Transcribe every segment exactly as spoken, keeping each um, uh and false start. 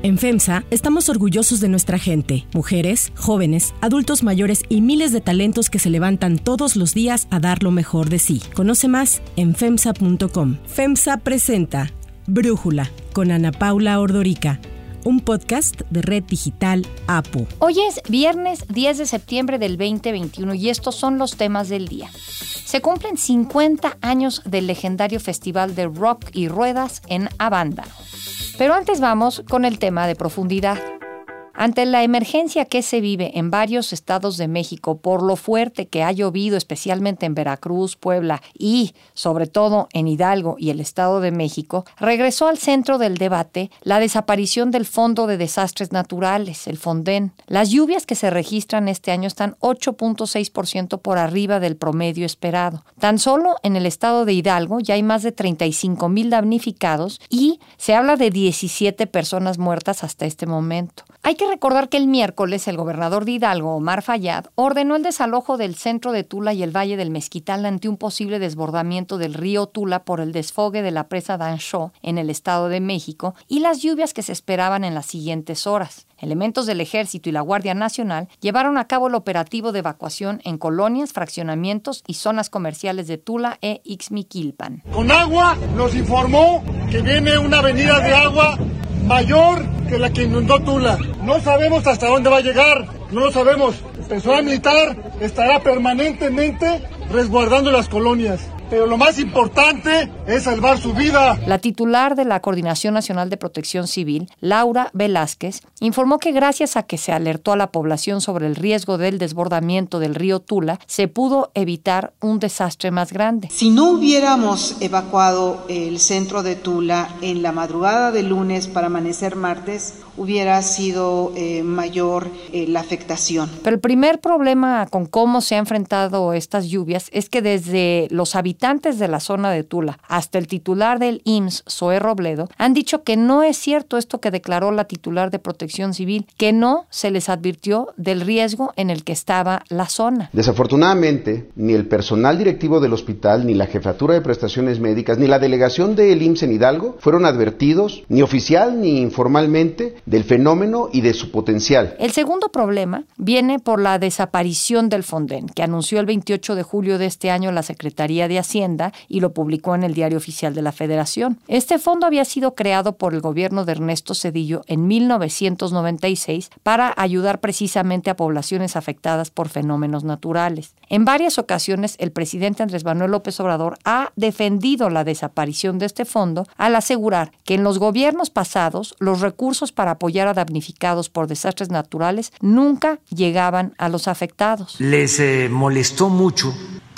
En FEMSA estamos orgullosos de nuestra gente, mujeres, jóvenes, adultos mayores y miles de talentos que se levantan todos los días a dar lo mejor de sí. Conoce más en femsa punto com. FEMSA presenta Brújula con Ana Paula Ordorica, un podcast de Red Digital A P U. Hoy es viernes diez de septiembre del veinte veintiuno y estos son los temas del día. Se cumplen cincuenta años del legendario festival de rock y ruedas en Avándaro. Pero antes vamos con el tema de profundidad. Ante la emergencia que se vive en varios estados de México por lo fuerte que ha llovido, especialmente en Veracruz, Puebla y, sobre todo, en Hidalgo y el Estado de México, regresó al centro del debate la desaparición del Fondo de Desastres Naturales, el Fonden. Las lluvias que se registran este año están ocho punto seis por ciento por arriba del promedio esperado. Tan solo en el estado de Hidalgo ya hay más de treinta y cinco mil damnificados y se habla de diecisiete personas muertas hasta este momento. Hay que recordar que el miércoles el gobernador de Hidalgo, Omar Fayad, ordenó el desalojo del centro de Tula y el Valle del Mezquital ante un posible desbordamiento del río Tula por el desfogue de la presa Danxó en el Estado de México y las lluvias que se esperaban en las siguientes horas. Elementos del Ejército y la Guardia Nacional llevaron a cabo el operativo de evacuación en colonias, fraccionamientos y zonas comerciales de Tula e Ixmiquilpan. Con agua nos informó que viene una avenida de agua mayor que la que inundó Tula. No sabemos hasta dónde va a llegar, no lo sabemos. El personal militar estará permanentemente resguardando las colonias. Pero lo más importante es salvar su vida. La titular de la Coordinación Nacional de Protección Civil, Laura Velázquez, informó que gracias a que se alertó a la población sobre el riesgo del desbordamiento del río Tula, se pudo evitar un desastre más grande. Si no hubiéramos evacuado el centro de Tula en la madrugada del lunes para amanecer martes, hubiera sido eh, mayor eh, la afectación. Pero el primer problema con cómo se han enfrentado estas lluvias es que desde los habitantes de la zona de Tula hasta el titular del I M S S, Zoé Robledo, han dicho que no es cierto esto que declaró la titular de Protección Civil, que no se les advirtió del riesgo en el que estaba la zona. Desafortunadamente, ni el personal directivo del hospital, ni la jefatura de prestaciones médicas, ni la delegación del I M S S en Hidalgo fueron advertidos, ni oficial ni informalmente, del fenómeno y de su potencial. El segundo problema viene por la desaparición del Fonden, que anunció el veintiocho de julio de este año la Secretaría de Hacienda y lo publicó en el Diario Oficial de la Federación. Este fondo había sido creado por el gobierno de Ernesto Zedillo en mil novecientos noventa y seis para ayudar precisamente a poblaciones afectadas por fenómenos naturales. En varias ocasiones, el presidente Andrés Manuel López Obrador ha defendido la desaparición de este fondo al asegurar que en los gobiernos pasados los recursos para apoyar a damnificados por desastres naturales nunca llegaban a los afectados. Les eh, molestó mucho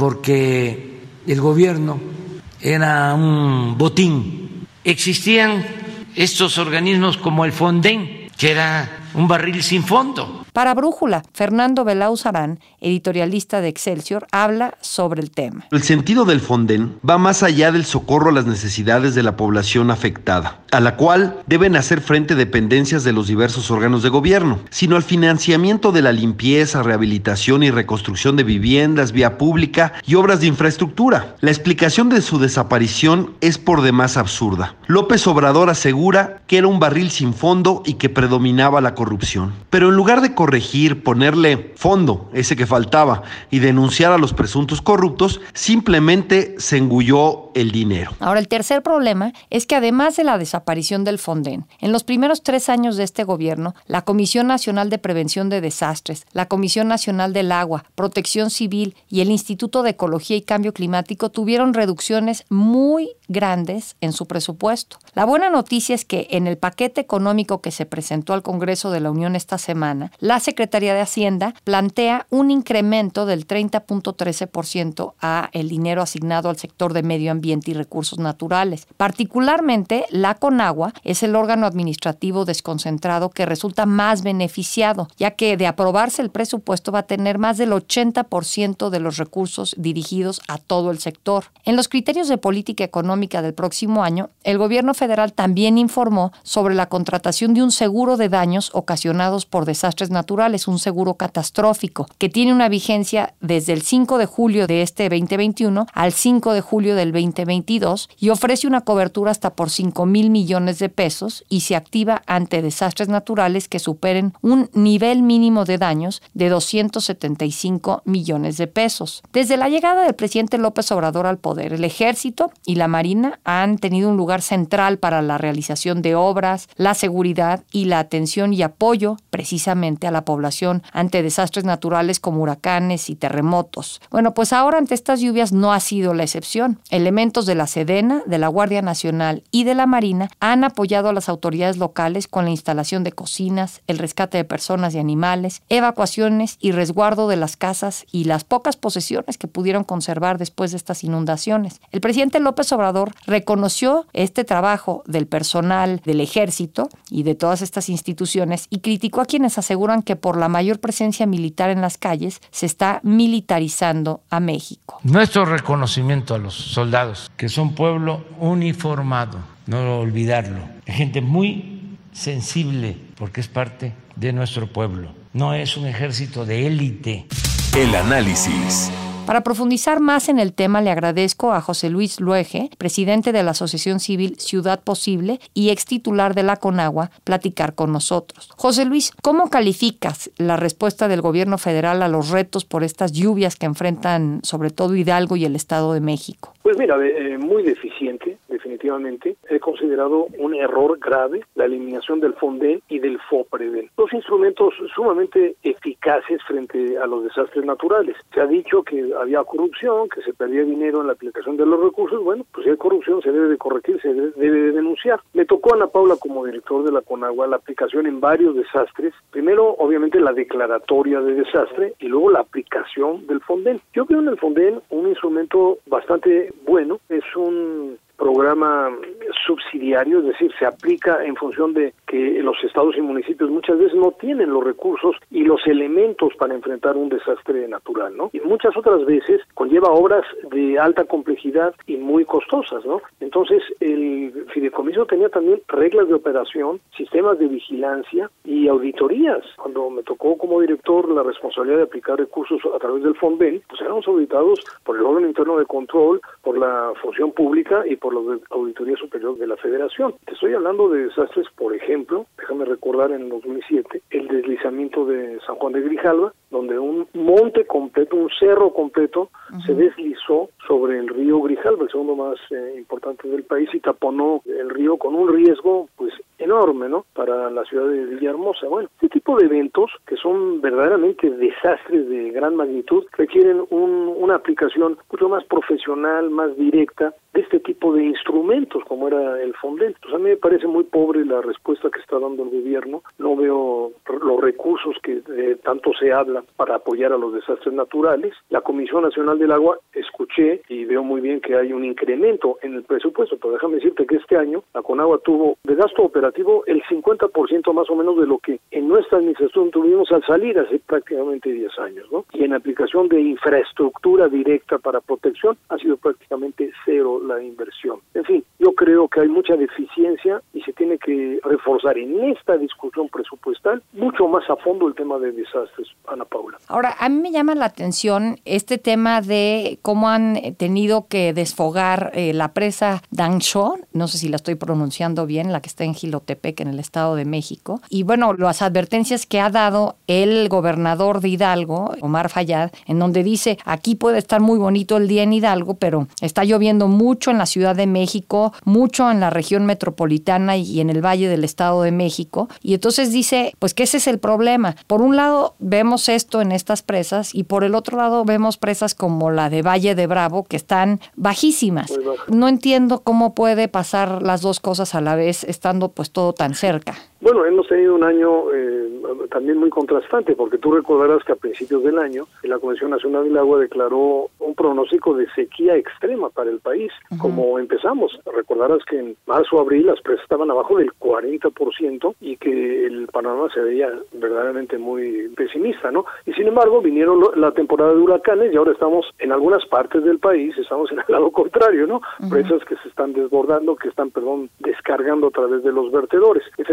porque el gobierno era un botín. Existían estos organismos como el Fonden, que era un barril sin fondo. Para Brújula, Fernando Belaúz Arán, editorialista de Excelsior, habla sobre el tema. El sentido del Fonden va más allá del socorro a las necesidades de la población afectada, a la cual deben hacer frente dependencias de los diversos órganos de gobierno, sino al financiamiento de la limpieza, rehabilitación y reconstrucción de viviendas, vía pública y obras de infraestructura. La explicación de su desaparición es por demás absurda. López Obrador asegura que era un barril sin fondo y que predominaba la corrupción. Pero en lugar de corregir, ponerle fondo, ese que faltaba, y denunciar a los presuntos corruptos, simplemente se engulló el dinero. Ahora, el tercer problema es que además de la desaparición del Fonden, en los primeros tres años de este gobierno, la Comisión Nacional de Prevención de Desastres, la Comisión Nacional del Agua, Protección Civil y el Instituto de Ecología y Cambio Climático tuvieron reducciones muy grandes en su presupuesto. La buena noticia es que en el paquete económico que se presentó al Congreso de la Unión esta semana, la Secretaría de Hacienda plantea un incremento del treinta punto trece por ciento a el dinero asignado al sector de medio ambiente y recursos naturales. Particularmente, la Conagua es el órgano administrativo desconcentrado que resulta más beneficiado, ya que de aprobarse el presupuesto va a tener más del ochenta por ciento de los recursos dirigidos a todo el sector. En los criterios de política económica del próximo año, el gobierno federal también informó sobre la contratación de un seguro de daños ocasionados por desastres naturales, un seguro catastrófico, que tiene una vigencia desde el cinco de julio de este veinte veintiuno al cinco de julio del veinte veintidós y ofrece una cobertura hasta por cinco mil millones de pesos y se activa ante desastres naturales que superen un nivel mínimo de daños de doscientos setenta y cinco millones de pesos. Desde la llegada del presidente López Obrador al poder, el Ejército y la Marina han tenido un lugar central para la realización de obras, la seguridad y la atención y apoyo precisamente a la población ante desastres naturales como huracanes y terremotos. Bueno, pues ahora ante estas lluvias no ha sido la excepción. Elementos de la Sedena, de la Guardia Nacional y de la Marina han apoyado a las autoridades locales con la instalación de cocinas, el rescate de personas y animales, evacuaciones y resguardo de las casas y las pocas posesiones que pudieron conservar después de estas inundaciones. El presidente López Obrador reconoció este trabajo del personal del Ejército y de todas estas instituciones y criticó a quienes aseguran que por la mayor presencia militar en las calles se está militarizando a México. Nuestro reconocimiento a los soldados, que son pueblo uniformado, no olvidarlo. Hay gente muy sensible porque es parte de nuestro pueblo. No es un ejército de élite. El análisis. Para profundizar más en el tema, le agradezco a José Luis Luege, presidente de la Asociación Civil Ciudad Posible y ex titular de la CONAGUA, platicar con nosotros. José Luis, ¿cómo calificas la respuesta del gobierno federal a los retos por estas lluvias que enfrentan sobre todo Hidalgo y el Estado de México? Pues mira, eh, muy deficiente, definitivamente. He considerado un error grave la eliminación del Fonden y del FOPREDEN. Dos instrumentos sumamente eficaces frente a los desastres naturales. Se ha dicho que había corrupción, que se perdía dinero en la aplicación de los recursos. Bueno, pues si hay corrupción se debe de corregir, se debe de denunciar. Me tocó a Ana Paula como director de la CONAGUA la aplicación en varios desastres. Primero, obviamente, la declaratoria de desastre y luego la aplicación del Fonden. Yo veo en el Fonden un instrumento bastante bueno. Es un programa subsidiario, es decir, se aplica en función de que los estados y municipios muchas veces no tienen los recursos y los elementos para enfrentar un desastre natural, ¿no? Y muchas otras veces conlleva obras de alta complejidad y muy costosas, ¿no? Entonces, el fideicomiso tenía también reglas de operación, sistemas de vigilancia y auditorías. Cuando me tocó como director la responsabilidad de aplicar recursos a través del Fonden, pues éramos auditados por el órgano interno de control, por la función pública y por por la Auditoría Superior de la Federación. Te estoy hablando de desastres, por ejemplo, déjame recordar en dos mil siete, el deslizamiento de San Juan de Grijalva, donde un monte completo, un cerro completo, uh-huh. se deslizó sobre el río Grijalva, el segundo más eh, importante del país, y taponó el río con un riesgo pues enorme, ¿no?, para la ciudad de Villahermosa. Bueno, este tipo de eventos, que son verdaderamente desastres de gran magnitud, requieren un, una aplicación mucho más profesional, más directa, de este tipo de instrumentos, como era el Fonden. Pues a mí me parece muy pobre la respuesta que está dando el gobierno. No veo los recursos que eh, tanto se habla para apoyar a los desastres naturales. La Comisión Nacional del Agua, escuché y veo muy bien que hay un incremento en el presupuesto, pero déjame decirte que este año la CONAGUA tuvo de gasto operativo el cincuenta por ciento más o menos de lo que en nuestra administración tuvimos al salir hace prácticamente diez años, ¿no? Y en aplicación de infraestructura directa para protección ha sido prácticamente cero la inversión. En fin, yo creo que hay mucha deficiencia y se tiene que reforzar en esta discusión presupuestal mucho más a fondo el tema de desastres, Ana Paula. Ahora, a mí me llama la atención este tema de cómo han tenido que desfogar eh, la presa Dangsho, no sé si la estoy pronunciando bien, la que está en Jilotepec, en el Estado de México, y bueno, las advertencias que ha dado el gobernador de Hidalgo, Omar Fayad, en donde dice, aquí puede estar muy bonito el día en Hidalgo, pero está lloviendo mucho en la Ciudad de México, mucho en la región metropolitana y en el Valle del Estado de México, y entonces dice, pues que ese es el problema. Por un lado vemos esto en estas presas y por el otro lado vemos presas como la de Valle de Bravo que están bajísimas. No entiendo cómo puede pasar las dos cosas a la vez estando pues todo tan cerca. Bueno, hemos tenido un año eh, también muy contrastante, porque tú recordarás que a principios del año la Comisión Nacional del Agua declaró un pronóstico de sequía extrema para el país. Uh-huh. Como empezamos, recordarás que en marzo, abril las presas estaban abajo del cuarenta por ciento y que el panorama se veía verdaderamente muy pesimista, ¿no? Y sin embargo vinieron la temporada de huracanes y ahora estamos en algunas partes del país, estamos en el lado contrario, ¿no? Uh-huh. Presas que se están desbordando, que están, perdón, descargando a través de los vertedores. Efectivamente,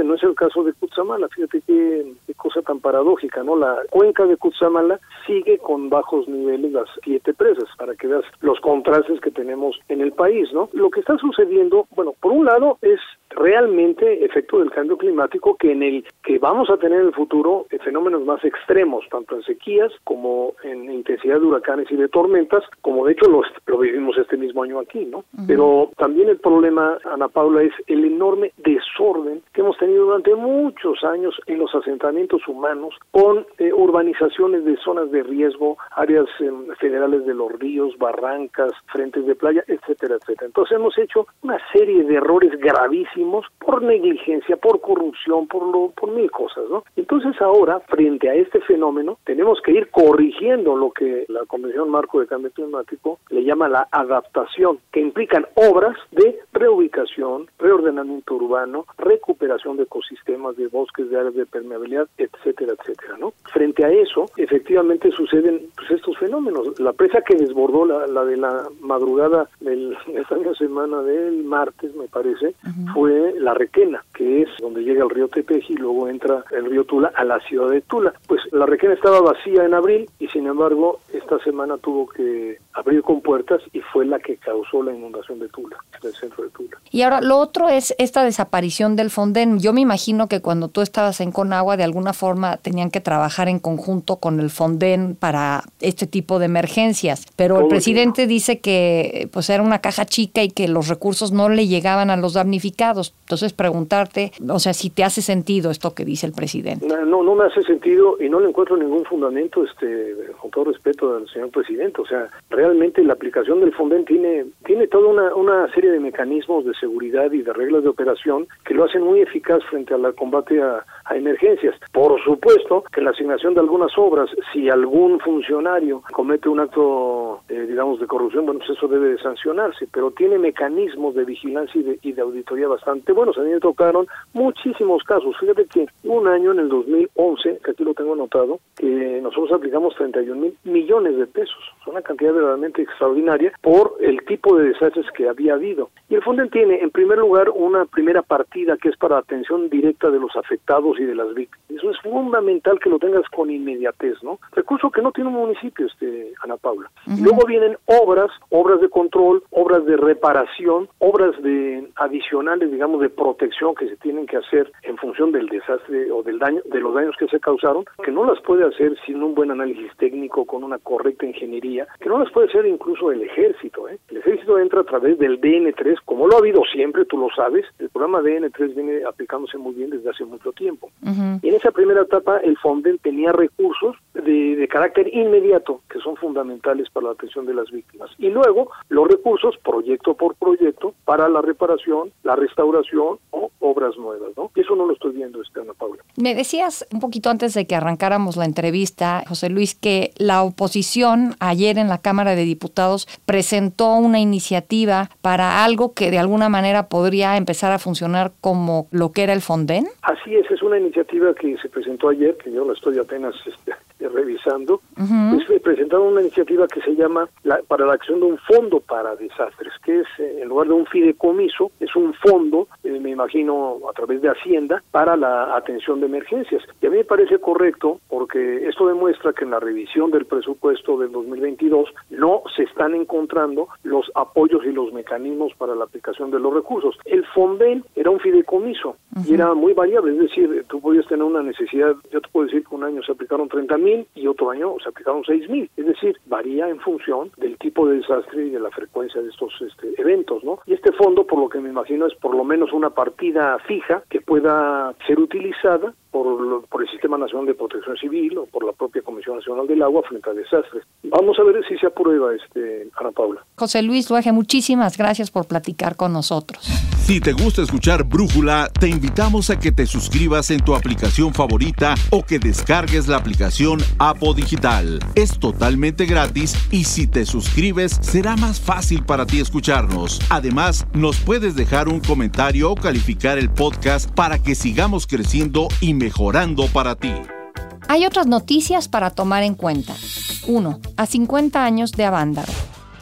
no es el caso de Cutzamala. Fíjate qué, qué cosa tan paradójica, ¿no? La cuenca de Cutzamala sigue con bajos niveles las siete presas, para que veas los contrastes que tenemos en el país, ¿no? Lo que está sucediendo, bueno, por un lado es realmente efecto del cambio climático, que en el que vamos a tener en el futuro eh, fenómenos más extremos, tanto en sequías como en intensidad de huracanes y de tormentas, como de hecho lo, lo vivimos este mismo año aquí, ¿no? Uh-huh. Pero también el problema, Ana Paula, es el enorme desorden que hemos tenido durante muchos años en los asentamientos humanos, con eh, urbanizaciones de zonas de riesgo, áreas eh, federales de los ríos, barrancas, frentes de playa, etcétera, etcétera. Entonces hemos hecho una serie de errores gravísimos por negligencia, por corrupción, por lo, por mil cosas, ¿no? Entonces ahora, frente a este fenómeno, tenemos que ir corrigiendo lo que la Convención Marco de Cambio Climático le llama la adaptación, que implican obras de reubicación, reordenamiento urbano, recuperación de ecosistemas, de bosques, de áreas de permeabilidad, etcétera, etcétera, ¿no? Frente a eso, efectivamente suceden pues, estos fenómenos. La presa que desbordó, la, la de la madrugada de esta misma semana del martes, me parece, uh-huh. fue la Requena, que es donde llega el río Tepeji y luego entra el río Tula a la ciudad de Tula. Pues la Requena estaba vacía en abril y sin embargo esta semana tuvo que abrir compuertas y fue la que causó la inundación de Tula, del centro de Tula. Y ahora lo otro es esta desaparición del Fonden. Yo me imagino que cuando tú estabas en Conagua de alguna forma tenían que trabajar en conjunto con el Fonden para este tipo de emergencias, pero Todo el presidente el dice que pues era una caja chica y que los recursos no le llegaban a los damnificados. Entonces preguntarte, o sea, si te hace sentido esto que dice el presidente. No, no, no me hace sentido y no le encuentro ningún fundamento, este, con todo respeto al señor presidente. O sea, realmente la aplicación del Fonden tiene, tiene toda una, una serie de mecanismos de seguridad y de reglas de operación que lo hacen muy eficaz frente al combate a, a emergencias. Por supuesto que en la asignación de algunas obras, si algún funcionario comete un acto, eh, digamos, de corrupción, bueno, pues eso debe de sancionarse, pero tiene mecanismos de vigilancia y de, y de auditoría bastante buenos. A mí me tocaron muchísimos casos. Fíjate que un año, en el dos mil once, que aquí lo tengo anotado, que nosotros aplicamos treinta y un mil millones de pesos. Es una cantidad verdaderamente extraordinaria por el tipo de desastres que había habido. Y el Fonden tiene, en primer lugar, una primera partida que es para atención directa de los afectados y de las víctimas. Eso es fundamental que lo tengas con inmediatez, ¿no? Recurso que no tiene un municipio, este, Ana Paula. Uh-huh. Luego vienen obras, obras de control, obras de reparación, obras de adicionales, digamos, de protección que se tienen que hacer en función del desastre o del daño, de los daños que se causaron, que no las puede hacer sin un buen análisis técnico, con una correcta ingeniería, que no las puede hacer incluso el ejército, ¿eh? El ejército entra a través del D N tres, como lo ha habido siempre, tú lo sabes. El programa D N tres viene aplicándose muy bien desde hace mucho tiempo. Uh-huh. Y en esa primera etapa el Fonden tenía recursos de, de carácter inmediato, que son fundamentales para la atención de las víctimas. Y luego los recursos, proyecto por proyecto, para la reparación, la restauración o obras nuevas, ¿no? Y eso no lo estoy viendo, este, Ana Paula. Me decías un poquito antes de que arrancáramos la entrevista, José Luis, que la oposición ayer en la Cámara de Diputados presentó una iniciativa para algo que de alguna manera podría empezar a funcionar como lo que era el Fonden. Así es, es una iniciativa que se presentó ayer, que yo la estoy apenas este, revisando. Uh-huh. Pues, presentaron una iniciativa que se llama la, para la acción de un fondo para desastres, que es, eh, en lugar de un fideicomiso, es un fondo, eh, me imagino a través de Hacienda, para la atención de emergencias. Y a mí me parece correcto porque esto demuestra que en la revisión del presupuesto del dos mil veintidós no se están encontrando los apoyos y los mecanismos para la aplicación de los recursos. El Fonden era un fideicomiso uh-huh. y era muy variable, es decir, tú podías tener una necesidad, yo te puedo decir que un año se aplicaron treinta mil y otro año se aplicaron seis mil, es decir, varía en función del tipo de desastre y de la frecuencia de estos este, eventos, ¿no? Y este fondo, por lo que me imagino, es por lo menos una partida fija que pueda ser utilizada por, por el Sistema Nacional de Protección Civil o por la propia Comisión Nacional del Agua frente a desastres. Vamos a ver si se aprueba, este, Ana Paula. José Luis Luege, muchísimas gracias por platicar con nosotros. Si te gusta escuchar Brújula, te invitamos a que te suscribas en tu aplicación favorita o que descargues la aplicación Apo Digital. Es totalmente gratis y si te suscribes será más fácil para ti escucharnos. Además, nos puedes dejar un comentario o calificar el podcast para que sigamos creciendo y mejorando para ti. Hay otras noticias para tomar en cuenta. uno. A cincuenta años de Avándaro.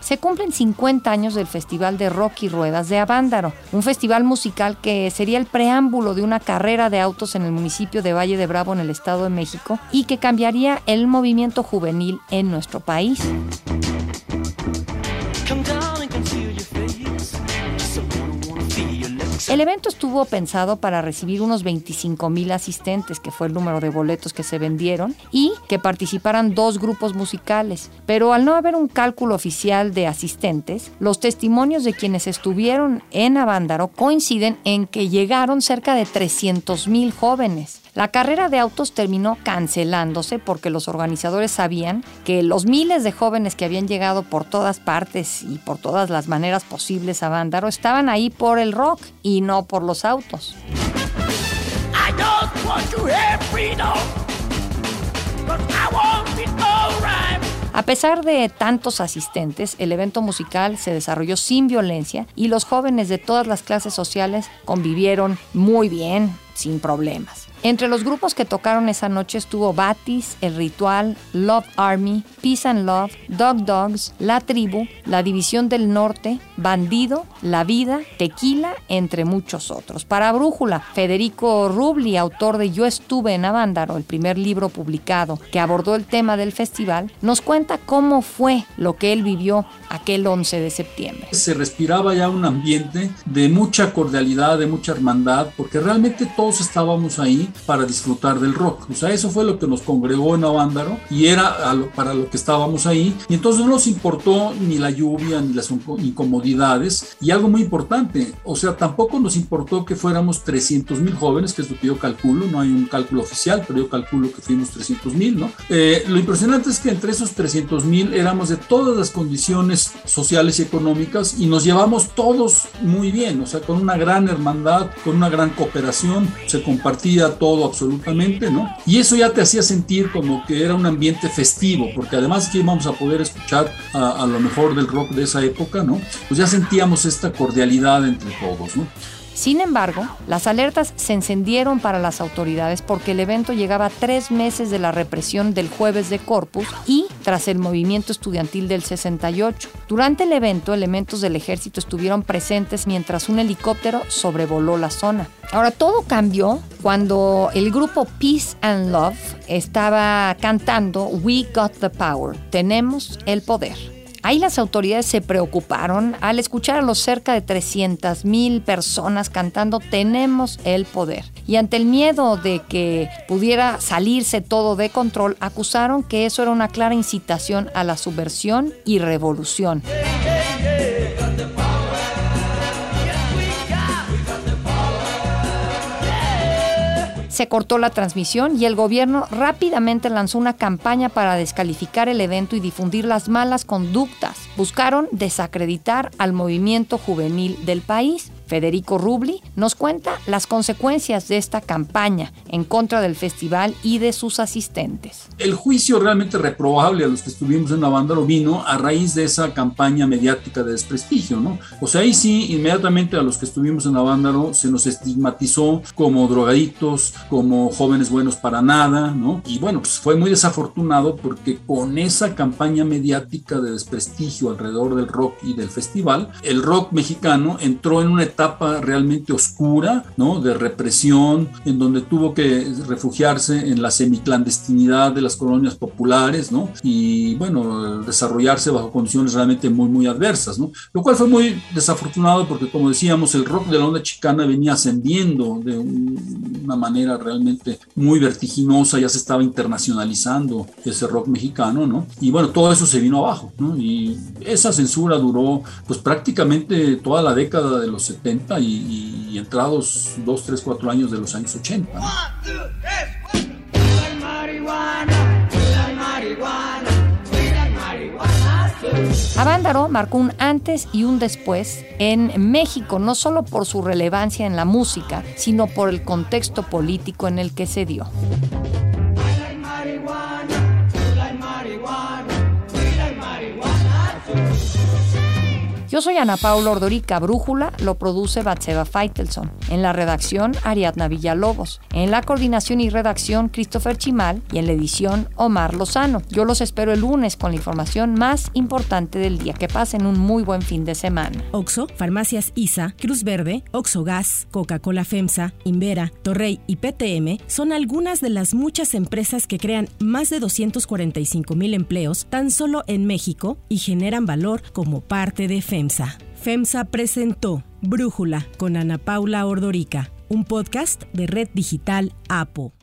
Se cumplen cincuenta años del Festival de Rock y Ruedas de Avándaro, un festival musical que sería el preámbulo de una carrera de autos en el municipio de Valle de Bravo, en el Estado de México, y que cambiaría el movimiento juvenil en nuestro país. El evento estuvo pensado para recibir unos veinticinco mil asistentes, que fue el número de boletos que se vendieron, y que participaran dos grupos musicales. Pero al no haber un cálculo oficial de asistentes, los testimonios de quienes estuvieron en Avándaro coinciden en que llegaron cerca de trescientos mil jóvenes. La carrera de autos terminó cancelándose porque los organizadores sabían que los miles de jóvenes que habían llegado por todas partes y por todas las maneras posibles a Avándaro estaban ahí por el rock y no por los autos. I just want to have freedom, 'cause I want it all right. A pesar de tantos asistentes, el evento musical se desarrolló sin violencia y los jóvenes de todas las clases sociales convivieron muy bien, sin problemas. Entre los grupos que tocaron esa noche estuvo Batis, El Ritual, Love Army, Peace and Love, Dog Dogs, La Tribu, La División del Norte, Bandido, La Vida, Tequila, entre muchos otros. Para Brújula, Federico Rubli, autor de Yo estuve en Avándaro, el primer libro publicado que abordó el tema del festival, nos cuenta cómo fue lo que él vivió aquel once de septiembre. Se respiraba ya un ambiente de mucha cordialidad, de mucha hermandad, porque realmente todos estábamos ahí para disfrutar del rock. O sea, eso fue lo que nos congregó en Avándaro y era a lo, para lo que estábamos ahí. Y entonces no nos importó ni la lluvia ni las incomodidades. Y algo muy importante, o sea, tampoco nos importó que fuéramos trescientos mil jóvenes, que es lo que yo calculo. No hay un cálculo oficial, pero yo calculo que fuimos trescientos mil, ¿no? Eh, lo impresionante es que entre esos trescientos mil éramos de todas las condiciones sociales y económicas y nos llevamos todos muy bien, o sea, con una gran hermandad, con una gran cooperación, se compartía todo absolutamente, ¿no? Y eso ya te hacía sentir como que era un ambiente festivo, porque además que íbamos a poder escuchar a, a lo mejor del rock de esa época, ¿no? Pues ya sentíamos esta cordialidad entre todos, ¿no? Sin embargo, las alertas se encendieron para las autoridades porque el evento llegaba a tres meses de la represión del Jueves de Corpus y tras el movimiento estudiantil del sesenta y ocho. Durante el evento, elementos del ejército estuvieron presentes mientras un helicóptero sobrevoló la zona. Ahora, todo cambió cuando el grupo Peace and Love estaba cantando We Got the Power, tenemos el poder. Ahí las autoridades se preocuparon al escuchar a los cerca de trescientas mil personas cantando Tenemos el poder. Y ante el miedo de que pudiera salirse todo de control, acusaron que eso era una clara incitación a la subversión y revolución. Se cortó la transmisión y el gobierno rápidamente lanzó una campaña para descalificar el evento y difundir las malas conductas. Buscaron desacreditar al movimiento juvenil del país. Federico Rubli nos cuenta las consecuencias de esta campaña en contra del festival y de sus asistentes. El juicio realmente reprobable a los que estuvimos en Avándaro vino a raíz de esa campaña mediática de desprestigio, ¿no? O sea, ahí sí, inmediatamente a los que estuvimos en Avándaro se nos estigmatizó como drogadictos, como jóvenes buenos para nada, ¿no? Y bueno, pues fue muy desafortunado porque con esa campaña mediática de desprestigio alrededor del rock y del festival, el rock mexicano entró en una etapa realmente oscura, ¿no? De represión, en donde tuvo que refugiarse en la semiclandestinidad de las colonias populares, ¿no? Y bueno, desarrollarse bajo condiciones realmente muy, muy adversas, ¿no? Lo cual fue muy desafortunado porque, como decíamos, el rock de la onda chicana venía ascendiendo de un, una manera realmente muy vertiginosa, ya se estaba internacionalizando ese rock mexicano, ¿no? Y bueno, todo eso se vino abajo, ¿no? Y esa censura duró pues prácticamente toda la década de los setenta y, y, y entrados dos, tres, cuatro años de los años ochenta, ¿no? Avándaro marcó un antes y un después en México, no solo por su relevancia en la música, sino por el contexto político en el que se dio. Yo soy Ana Paula Ordorica. Brújula lo produce Batseba Feitelson. En la redacción, Ariadna Villalobos. En la coordinación y redacción, Christopher Chimal. Y en la edición, Omar Lozano. Yo los espero el lunes con la información más importante del día. Que pasen un muy buen fin de semana. Oxxo, Farmacias I S A, Cruz Verde, Oxxo Gas, Coca-Cola FEMSA, Invera, Torrey y P T M son algunas de las muchas empresas que crean más de doscientos cuarenta y cinco mil empleos tan solo en México y generan valor como parte de FEMSA. FEMSA presentó Brújula con Ana Paula Ordorica, un podcast de Red Digital APO.